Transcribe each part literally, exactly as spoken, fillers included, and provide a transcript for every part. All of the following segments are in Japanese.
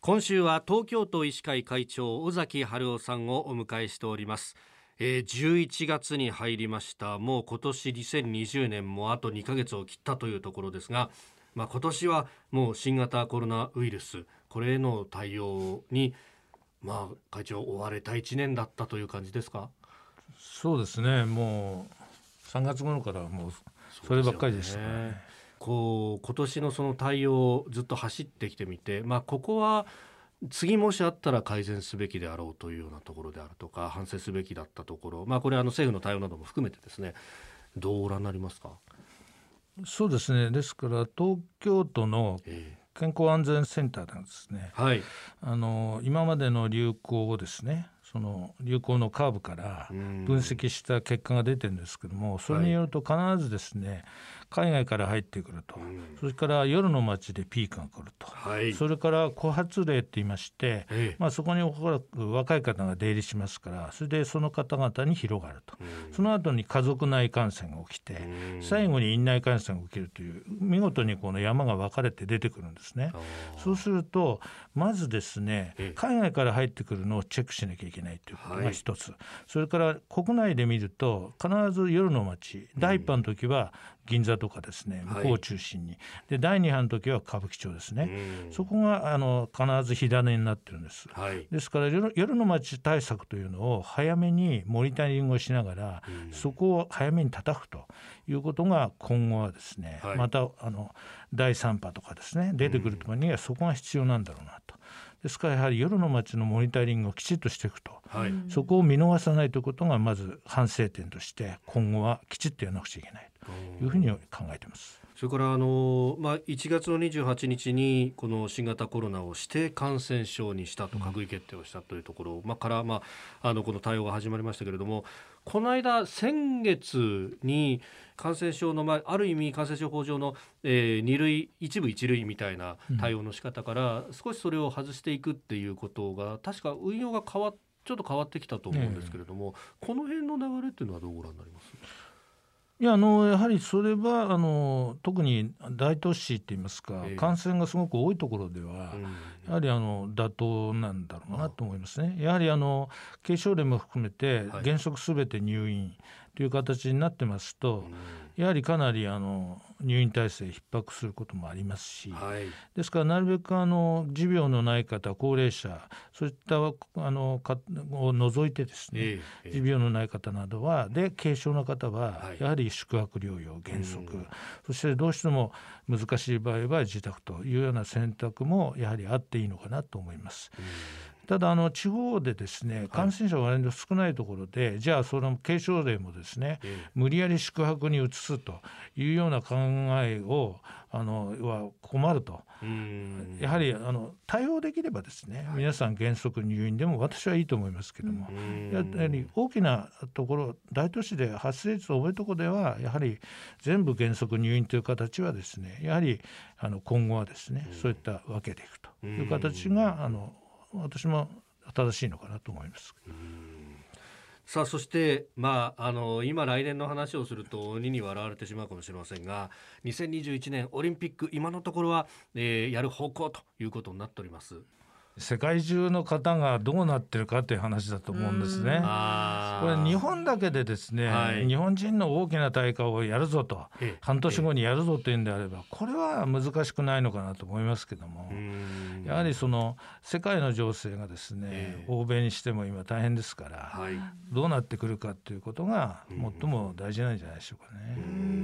今週は東京都医師会会長尾崎治夫さんをお迎えしております。えー、じゅういちがつに入りました。もう今年にせんにじゅうねんもあとにかげつを切ったというところですが、まあ、今年はもう新型コロナウイルスこれへの対応に、まあ、会長追われたいちねんだったという感じですか？ そうですね、もうさんがつ頃からもうそればっかりでしたからね。 こう今年のその対応をずっと走ってきてみて、まあ、ここは次もしあったら改善すべきであろうというようなところであるとか、反省すべきだったところ、まあ、これはあの政府の対応なども含めてですね、どうご覧になりますか？ そうですね、ですから東京都の健康安全センターなんですね、 はい、 あの今までの流行をですね、その流行のカーブから分析した結果が出てるんですけども、それによると必ずですね、海外から入ってくると、それから夜の街でピークが来ると、 はい、 それから枯発例って言いまして、 ええまあ、そこにおそらく若い方が出入りしますから、それでその方々に広がると、その後に家族内感染が起きて、最後に院内感染が起きるという、見事にこの山が分かれて出てくるんですね。そうするとまずですね、海外から入ってくるのをチェックしなきゃいけないということが一つ、はい、それから国内で見ると必ず夜の街、だいいっ波の時は銀座とかですね、向こうを中心に、はい、でだいに波の時は歌舞伎町ですね、そこがあの必ず火種になってるんです、はい、ですから夜、夜の街対策というのを早めにモニタリングをしながら、そこを早めに叩くということが今後はですね、はい、またあのだいさん波とかですね出てくるときにはそこが必要なんだろうなと。ですからやはり夜の街のモニタリングをきちっとしていくと、はい、そこを見逃さないということがまず反省点として今後はきちっとやらなくちゃいけないというふうに考えています。 それからあの、まあ、いちがつのにじゅうはちにちにこの新型コロナを指定感染症にしたと閣議決定をしたというところ、うんまあ、から、まあ、あのこの対応が始まりましたけれども、この間先月に感染症の、まあ、ある意味感染症法上の、えー、に類一部一類みたいな対応の仕方から、うん、少しそれを外していくっていうことが確か運用が変わちょっと変わってきたと思うんですけれども、えー、この辺の流れっていうのはどうご覧になります？ いやあのやはりそれはあの特に大都市といいますか、えー、感染がすごく多いところでは、うん、やはりあの妥当なんだろうなと思いますね。やはりあの軽症例も含めて原則すべて入院という形になってますと、はい、やはりかなりあの入院体制逼迫することもありますし、はい、ですからなるべくあの持病のない方、高齢者、そういったあのかを除いてですね、えー、持病のない方などはで軽症の方はやはり宿泊療養原則、はい、そしてどうしても難しい場合は自宅というような選択もやはりあっていいのかなと思います。ただあの地方でですね感染者が割と少ないところで、はい、じゃあその軽症例もですね、ええ、無理やり宿泊に移すというような考えをあのは困ると。うんやはりあの対応できればですね、はい、皆さん原則入院でも私はいいと思いますけども、やはり大きなところ大都市で発生率の多いところではやはり全部原則入院という形はですねやはりあの今後はですねそういった分けていくという形があの私も正しいのかなと思います。 うんさあそして、まあ、あの今来年の話をすると鬼に笑われてしまうかもしれませんが、にせんにじゅういちねんオリンピック今のところは、えー、やる方向ということになっております。 世界中の方がどうなってるかという話だと思うんですね。これ日本だけでですね、はい、日本人の大きな大会をやるぞと、ええ、半年後にやるぞというんであれば、これは難しくないのかなと思いますけども、やはりその世界の情勢がですね、ええ、欧米にしても今大変ですから、はい、どうなってくるかということが最も大事なんじゃないでしょうかね。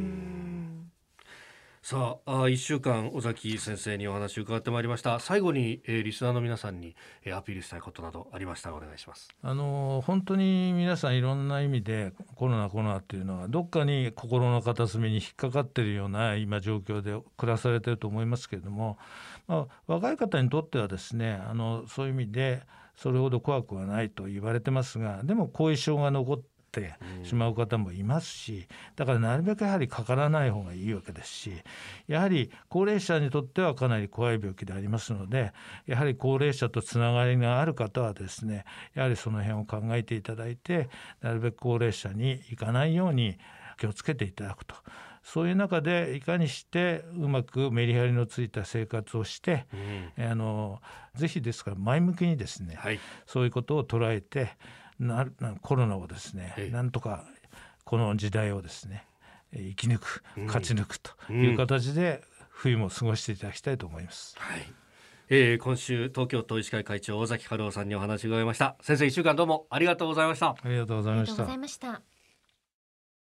さあ、いっしゅうかん尾崎先生にお話を伺ってまいりました。最後に、えー、リスナーの皆さんに、えー、アピールしたいことなどありましたらお願いします。 あの本当に皆さんいろんな意味でコロナコロナっていうのはどっかに心の片隅に引っかかっているような今状況で暮らされていると思いますけれども、まあ、若い方にとってはですねあのそういう意味でそれほど怖くはないと言われてますが、でも後遺症が残ってってしまう方もいますし、だからなるべくやはりかからない方がいいわけですし、やはり高齢者にとってはかなり怖い病気でありますので、やはり高齢者とつながりがある方はですねやはりその辺を考えていただいて、なるべく高齢者にいかないように気をつけていただくとそういう中でいかにしてうまくメリハリのついた生活をして、うん、あのぜひですから前向きにですね、はい、そういうことを捉えてなコロナをですね、はい、なんとかこの時代をですね生き抜く、勝ち抜くという形で冬も過ごしていただきたいと思います、 はい。えー、今週東京都医師会会長尾崎治夫さんにお話を伺いました。先生、いっしゅうかんどうもありがとうございました。 ありがとうございました。 ありがとうございました。